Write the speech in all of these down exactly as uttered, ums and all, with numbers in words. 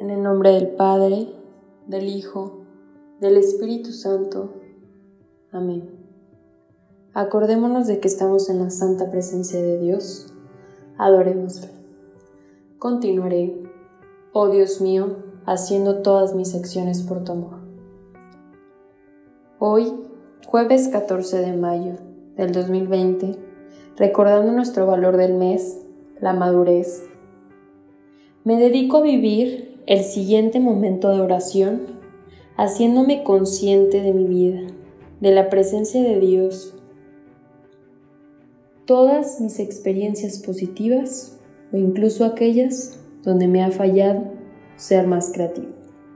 En el nombre del Padre, del Hijo, del Espíritu Santo. Amén. Acordémonos de que estamos en la santa presencia de Dios. Adorémosle. Continuaré, oh Dios mío, haciendo todas mis acciones por tu amor. Hoy, jueves catorce de mayo del dos mil veinte, recordando nuestro valor del mes, la madurez, me dedico a vivir el siguiente momento de oración, haciéndome consciente de mi vida, de la presencia de Dios, todas mis experiencias positivas o incluso aquellas donde me ha fallado ser más creativo.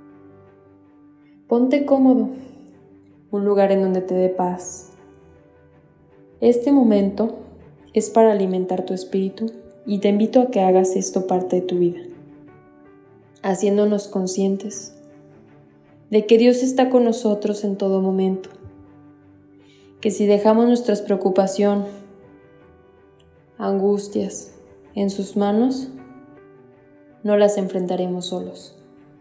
Ponte cómodo, un lugar en donde te dé paz. Este momento es para alimentar tu espíritu y te invito a que hagas esto parte de tu vida, haciéndonos conscientes de que Dios está con nosotros en todo momento, que si dejamos nuestras preocupaciones, angustias en sus manos, no las enfrentaremos solos.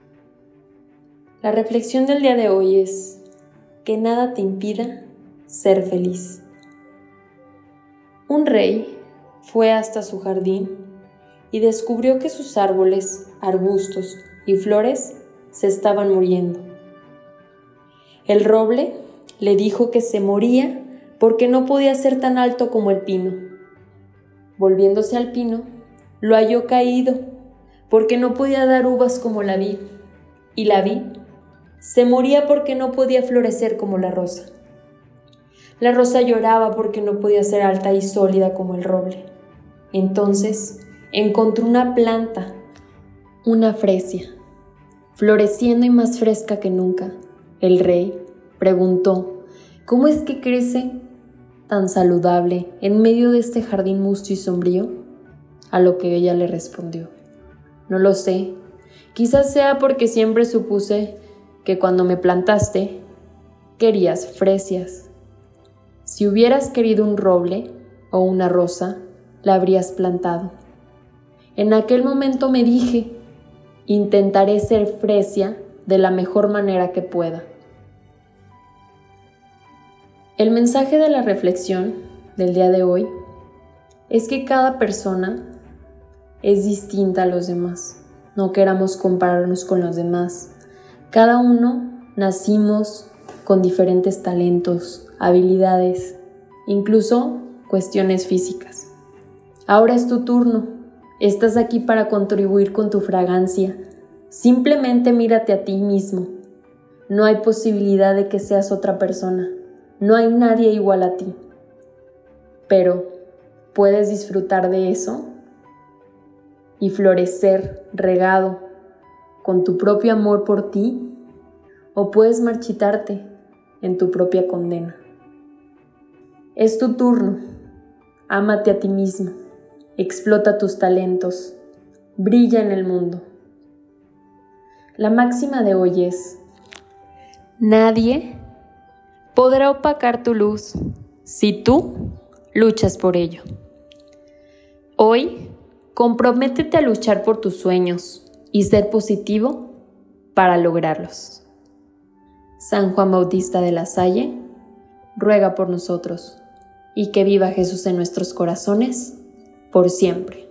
La reflexión del día de hoy es que nada te impida ser feliz. Un rey fue hasta su jardín y descubrió que sus árboles, arbustos y flores se estaban muriendo. El roble le dijo que se moría porque no podía ser tan alto como el pino. Volviéndose al pino, lo halló caído porque no podía dar uvas como la vid, y la vid se moría porque no podía florecer como la rosa. La rosa lloraba porque no podía ser alta y sólida como el roble. Entonces encontró una planta, una fresia, floreciendo y más fresca que nunca. El rey preguntó: ¿cómo es que crece tan saludable en medio de este jardín mustio y sombrío? A lo que ella le respondió: no lo sé, quizás sea porque siempre supuse que cuando me plantaste querías fresias. Si hubieras querido un roble o una rosa, la habrías plantado. En aquel momento me dije: intentaré ser fresia de la mejor manera que pueda. El mensaje de la reflexión del día de hoy es que cada persona es distinta a los demás. No queramos compararnos con los demás. Cada uno nacimos con diferentes talentos, habilidades, incluso cuestiones físicas. Ahora es tu turno. Estás aquí para contribuir con tu fragancia. Simplemente mírate a ti mismo. No hay posibilidad de que seas otra persona. No hay nadie igual a ti. Pero, ¿puedes disfrutar de eso? Y florecer regado con tu propio amor por ti, o puedes marchitarte en tu propia condena. Es tu turno. Ámate a ti mismo, explota tus talentos, brilla en el mundo. La máxima de hoy es: nadie podrá opacar tu luz si tú luchas por ello. Hoy, comprométete a luchar por tus sueños y ser positivo para lograrlos. San Juan Bautista de la Salle, ruega por nosotros, y que viva Jesús en nuestros corazones por siempre.